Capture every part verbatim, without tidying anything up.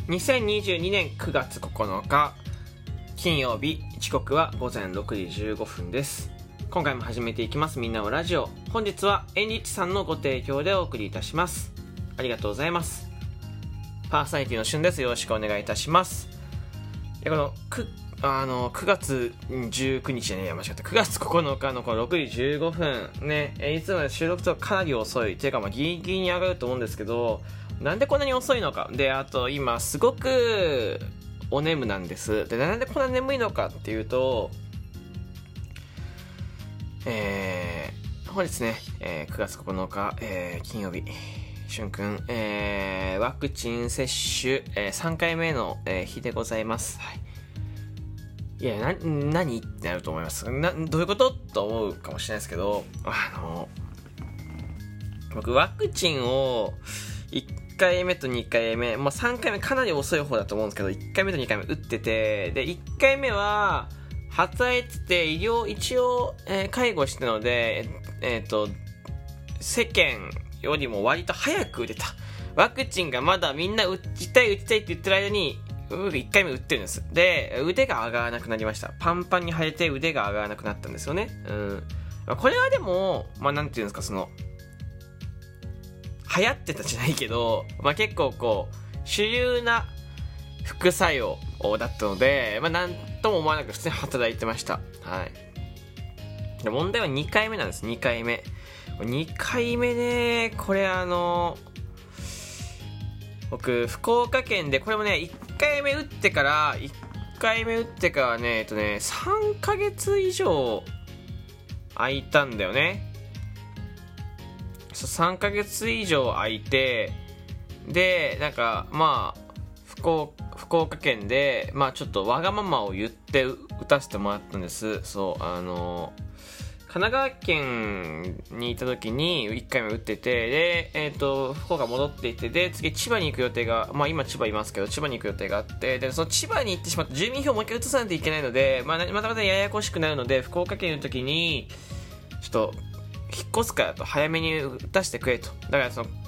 にせんにじゅうにねんくがつここのか金曜日、時刻はごぜんろくじじゅうごふんです。今回も始めていきますみんなのラジオ。本日はエンリッチさんのご提供でお送りいたします。ありがとうございます。パーソナリティのしゅんです。よろしくお願いいたします。いやこのくあのくがつじゅうくにちじゃねえや間違ったくがつここのかのこのろくじじゅうごふんね、いつもの収録とかなり遅いっていうか、まあギリギリに上がると思うんですけど、なんでこんなに遅いのかで、あと今すごくお眠なんです。で、なんでこんな眠いのかっていうと、えー、本日ね、えー、くがつここのか、えー、金曜日、しゅんくん、えー、ワクチン接種、えー、さんかいめの、えー、日でございます。はい。いや、な、何ってなると思います。な、どういうことと思うかもしれないですけど、あの、僕、ワクチンをいっかいめとにかいめ、もうさんかいめかなり遅い方だと思うんですけど、いっかいめとにかいめ打ってて、で、いっかいめは、働いてて、医療、一応、えー、介護してたので、えっ、ー、と、世間よりも割と早く打てた。ワクチンがまだみんな打ちたい打ちたいって言ってる間に、いっかいめ打ってるんです。で、腕が上がらなくなりました。パンパンに腫れて腕が上がらなくなったんですよね。うん。これはでも、まあなんていうんですか、その、流行ってたじゃないけど、まあ結構こう、主流な副作用だったので、まあなんとも思わなく普通に働いてました。はい。で、問題はにかいめなんです、にかいめ。にかいめね、これあの、僕、福岡県で、これもね、いっかいめ打ってから、いっかいめ打ってからね、えっとね、さんかげつ以上空いたんだよね。そう、さんかげつ以上空いて、で、なんか、まあ、福岡、福岡県で、まあちょっとわがままを言って打たせてもらったんです。そう、あの、神奈川県にいた時にいっかいめ打ってて、で、えっと、福岡戻っていって、で、次千葉に行く予定が、まあ今千葉いますけど、千葉に行く予定があって、で、その千葉に行ってしまって住民票をもう一回移さないといけないので、まあまたまたややこしくなるので、福岡県の時に、ちょっと、引っ越すからと早めに打たせてくれと。だからその、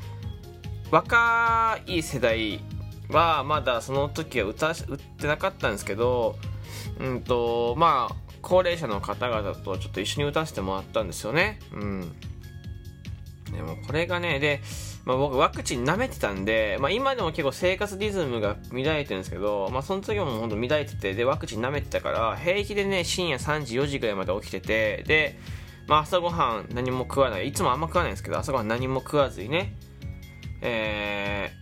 若い世代はまだその時は打た打ってなかったんですけど、うんと、まあ、高齢者の方々とちょっと一緒に打たせてもらったんですよね。うん。でもこれがね、で、まあ、僕ワクチン舐めてたんで、まあ今でも結構生活リズムが乱れてるんですけど、まあその時も本当乱れてて、で、ワクチン舐めてたから、平気でね、深夜さんじよじぐらいまで起きてて、で、まあ朝ごはん何も食わない。いつもあんま食わないんですけど、朝ごはん何も食わずにね、え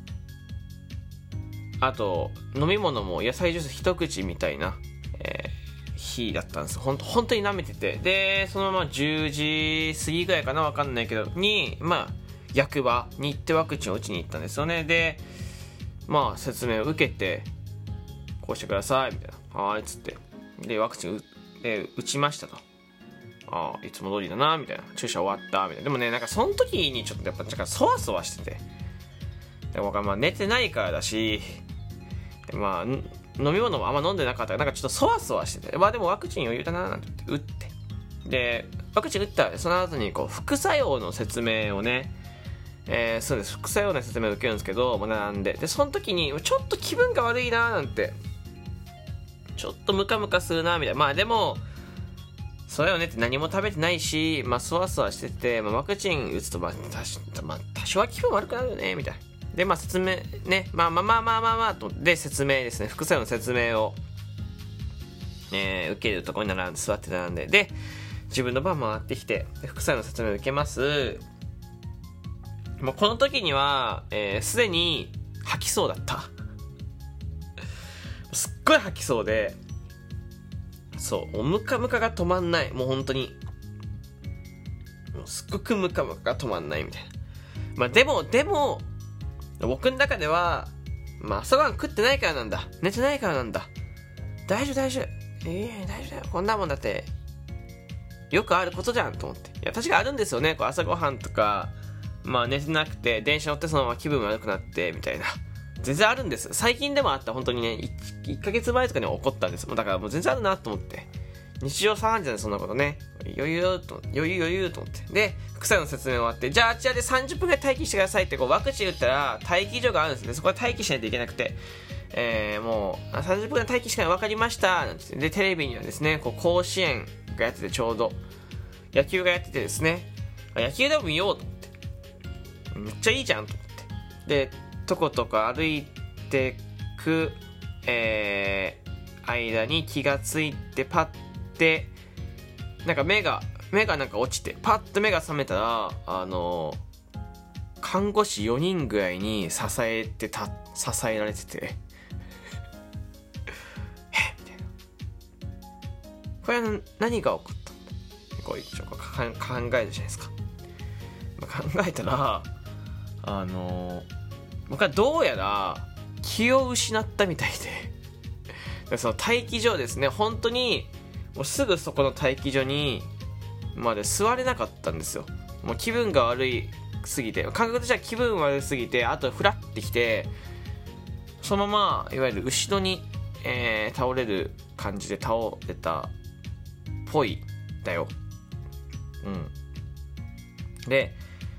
ー、あと、飲み物も野菜ジュース一口みたいな、えー日だったんです。ほんと、本当に舐めてて。で、そのままじゅうじ過ぎぐらいかなわかんないけど、に、まあ、役場に行ってワクチンを打ちに行ったんですよね。で、まあ、説明を受けて、こうしてください、みたいな。はーい、つって。で、ワクチンう、え打ちましたと。ああ、いつも通りだな、みたいな。注射終わった、みたいな。でもね、なんかその時にちょっとやっぱ、なんかそわそわしてて。で僕はまあ寝てないからだし、まあ、飲み物もあんま飲んでなかったから、なんかちょっとそわそわしてて、まあでもワクチン余裕だな、なんて言って、打って。で、ワクチン打ったら、その後にこう、副作用の説明をね、えー、そうです、副作用の説明を受けるんですけど、もう並んで。で、その時に、ちょっと気分が悪いな、なんて、ちょっとムカムカするな、みたいな。まあでも、それをねって何も食べてないし、まあそわそわしてて、まあワクチン打つと、まあ多少、まあ、多少は気分悪くなるよね、みたいな。で、まあ説明ね、まあまあまあまあまあまあと、で説明ですね、副作用の説明を、えー、受けるところに並んで、座って並んで、で、自分の番回ってきて、副作用の説明を受けます。もうこの時には、えー、すでに吐きそうだった。すっごい吐きそうで、そう、もうムカムカが止まんない。もう本当に。もうすっごくムカムカが止まんないみたいな。まあでも、でも、僕の中では、まあ朝ごはん食ってないからなんだ。寝てないからなんだ。大丈夫大丈夫。ええー、大丈夫だよ。こんなもんだって、よくあることじゃんと思って。いや、確かあるんですよね。こう朝ごはんとか、まあ寝てなくて、電車乗ってそのまま気分悪くなって、みたいな。全然あるんです。最近でもあった。本当にね、いっかげつまえとかに起こったんです。だからもう全然あるなと思って。日常茶飯事なんでそんなことね。 余裕と余裕余裕と思って、で副作用の説明終わって、じゃああちらでさんじゅっぷんぐらい待機してくださいって、こうワクチン打ったら待機所があるんですね。そこで待機しないといけなくて、えー、もうさんじゅっぷんぐらい待機しかない、分かりましたなんて。でテレビにはですね、こう甲子園がやってて、ちょうど野球がやっててですね、野球でも見ようと思って、めっちゃいいじゃんと思って、でとことか歩いてく、えー、間に気がついて、パッてなんか目が目がなんか落ちて、パッと目が覚めたら、あの看護師よにんぐらいに支えてた支えられててえみたいな、これは何が起こったんだ、こう一応考えるじゃないですか。考えたら、あの僕はどうやら気を失ったみたいで、その待機所ですね、本当にもうすぐそこの待機所にまで座れなかったんですよ。もう気分が悪いすぎて、感覚としては気分悪すぎて、あとフラッてきて、そのままいわゆる後ろに、えー、倒れる感じで倒れたっぽいだよ。うんで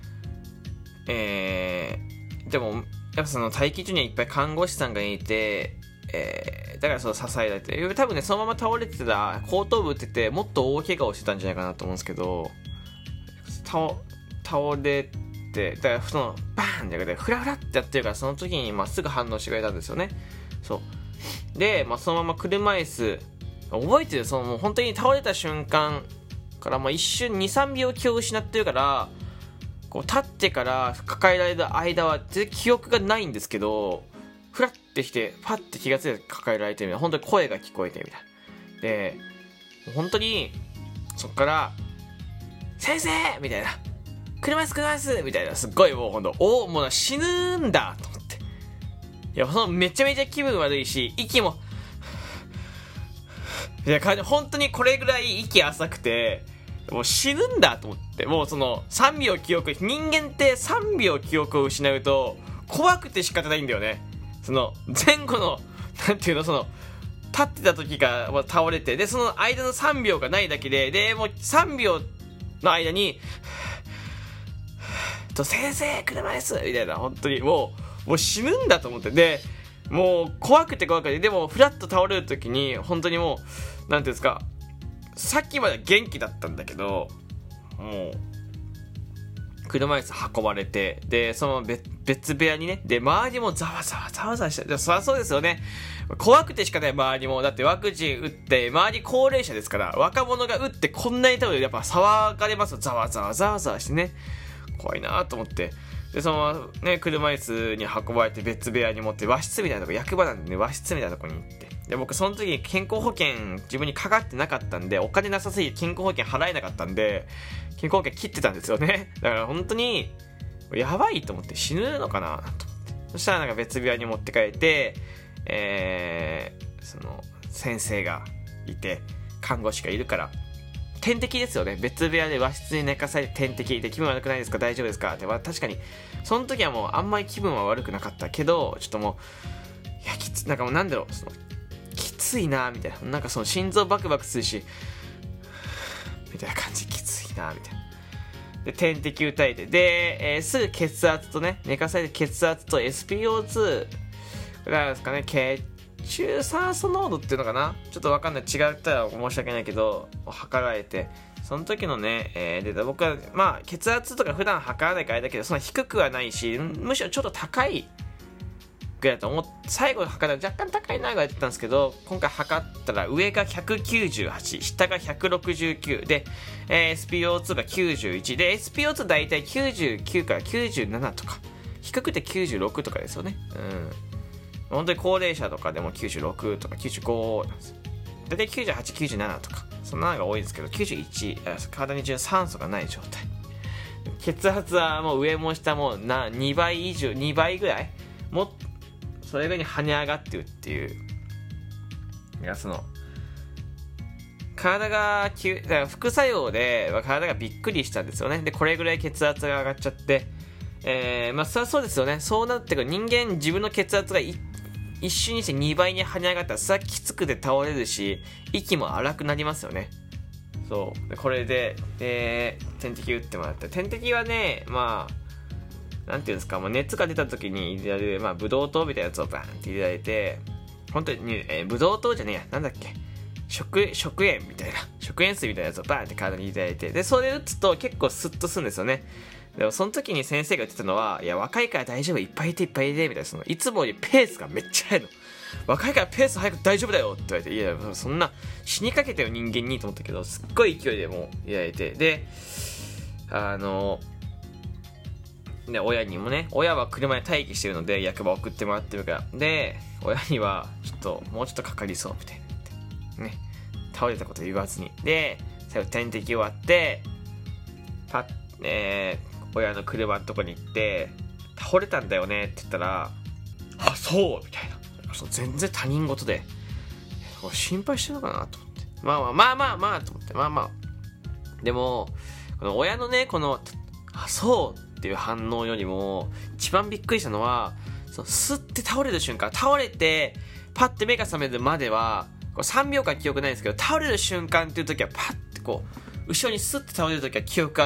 えー、でもやっぱその待機所にはいっぱい看護師さんがいて、えー、だからその支えられて、多分ねそのまま倒れてたら後頭部打っててもっと大怪我をしてたんじゃないかなと思うんですけど、倒倒れて、だからそのバーンじゃなくてフラフラってやってるから、その時にまっすぐ反応してくれたんですよね。そうで、まあ、そのまま車椅子覚えてる、そのもう本当に倒れた瞬間からまあ一瞬 にさんびょう気を失ってるから、こう立ってから抱えられる間は全然記憶がないんですけど、フラッてきてパッて気がついて抱えられてるみたいな、本当に声が聞こえてみたいな。で本当にそっから先生みたいな、車椅子車椅子みたいな、すっごいもう本当おもう死ぬんだと思って、いやそのめちゃめちゃ気分悪いし、息もいや本当にこれぐらい息浅くて、もう死ぬんだと思って、もうそのさんびょう記憶、人間ってさんびょう記憶を失うと怖くて仕方ないんだよね。その前後のなんていうの、その立ってた時が倒れて、でその間のさんびょうがないだけで、でもうさんびょうの間にと先生車椅子みたいな、本当にもうもう死ぬんだと思って、でもう怖くて怖くて、でもフラッと倒れる時に本当にもうなんていうんですか、さっきまで元気だったんだけど、もう車椅子運ばれて、でそのまま 別, 別部屋にね、で周りもざわざわざわざわして、でそりゃそうですよね、怖くて仕方ない。周りもだってワクチン打って周り高齢者ですから、若者が打ってこんなに多分やっぱ騒がれますよ、ざわざわざわざわしてね、怖いなと思って、でそのままね車椅子に運ばれて別部屋に持って、和室みたいなとこ、役場なんでね和室みたいなとこに行って、で僕その時に健康保険自分にかかってなかったんで、お金なさすぎて健康保険払えなかったんで健康保険切ってたんですよね。だから本当にやばいと思って、死ぬのかなと思って、そしたらなんか別部屋に持って帰って、えー、その先生がいて看護師がいるから、点滴ですよね、別部屋で和室に寝かされて点滴で、気分悪くないですか、大丈夫ですかって、確かにその時はもうあんまり気分は悪くなかったけど、ちょっともういやきつなんかもうなんだろう、そのきついなみたいな、なんかその心臓バクバクするしみたいな感じ、きついなみたいな。で点滴打たれて、で、えー、すぐ血圧とね、寝かされて血圧と エスピーオーツー なんですかね、血中酸素濃度っていうのかな、ちょっとわかんない、違ったら申し訳ないけど測られて、その時のね、えー、データ、僕はまあ血圧とか普段測らないからあれだけど、そんな低くはないし、むしろちょっと高いぐらいだと思って、最後測ったら若干高いなぐらいだったんですけど、今回測ったら上がひゃくきゅうじゅうはち、下がひゃくろくじゅうきゅうで、えー、エスピーオーツー がきゅうじゅういちで、 エスピーオーツー だいたいきゅうじゅうきゅうからきゅうじゅうななとか、低くてきゅうじゅうろくとかですよね。うん本当に高齢者とかでもきゅうじゅうろくとかきゅうじゅうごなんですよ。だいたいきゅうじゅうはち、きゅうじゅうななとかそんなのが多いですけど、きゅうじゅういち、体に酸素がない状態、血圧はもう上も下もなにばい以上、にばいぐらいもそれぐらいに跳ね上がってるっていう、いやその体がだから副作用で体がびっくりしたんですよね。でこれぐらい血圧が上がっちゃって、えー、まあそりゃそうですよね。そうなってくる、人間自分の血圧がい一瞬にしてにばいに跳ね上がったら、それはきつくて倒れるし、息も荒くなりますよね。 そうでこれでで点滴打ってもらって、点滴はねまあなんていうんですか、まあ、熱が出た時に入れられる、まあ、ブドウ糖みたいなやつをバーンって入れられて、本当に、えー、ブドウ糖じゃねえや、なんだっけ、食食塩みたいな、食塩水みたいなやつをバーンって体に入れられて、でそれ打つと結構スッとするんですよね。でもその時に先生が言ってたのは、いや若いから大丈夫、いっぱいいていっぱいいてみたいな、そのいつもよりペースがめっちゃ速いの、若いからペース速く大丈夫だよって言われて、いやそんな死にかけたよ人間にと思ったけど、すっごい勢いでもう入れられて、であので親にもね、親は車で待機してるので役場送ってもらってるから、で親にはちょっともうちょっとかかりそうみたいなね、倒れたこと言わずに、で最後点滴終わってパッ、えー、親の車のとこに行って、倒れたんだよねって言ったら、あそうみたいな、そう全然他人事で心配してるのかなと思って、まあまあまあまあまあと思って、まあまあでもこの親のねこのあそうっていう反応よりも一番びっくりしたのは、そのスッて倒れる瞬間、倒れてパッて目が覚めるまではこうさんびょうかん記憶ないんですけど、倒れる瞬間っていう時はパッてこう後ろにスッて倒れる時は記憶あって、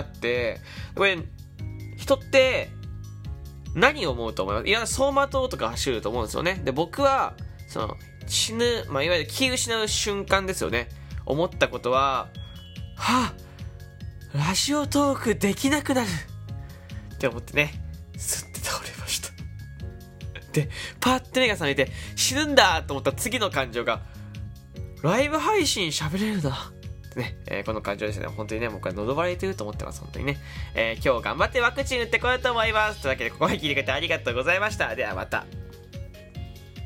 これ人って何を思うと思います？いや走馬灯とか走ると思うんですよね。で僕はその死ぬ、まあ、いわゆる気失う瞬間ですよね。思ったことは、はあラジオトークできなくなるって思ってね、スッて倒れました。でパッて目が覚めて死ぬんだと思った次の感情が、ライブ配信喋れるなってね、えー、この感情ですね。本当にね僕は喉割れてると思ってます。本当にね、えー、今日頑張ってワクチン打ってこようと思います。というわけでここまで聞いてくれてありがとうございました。ではまた。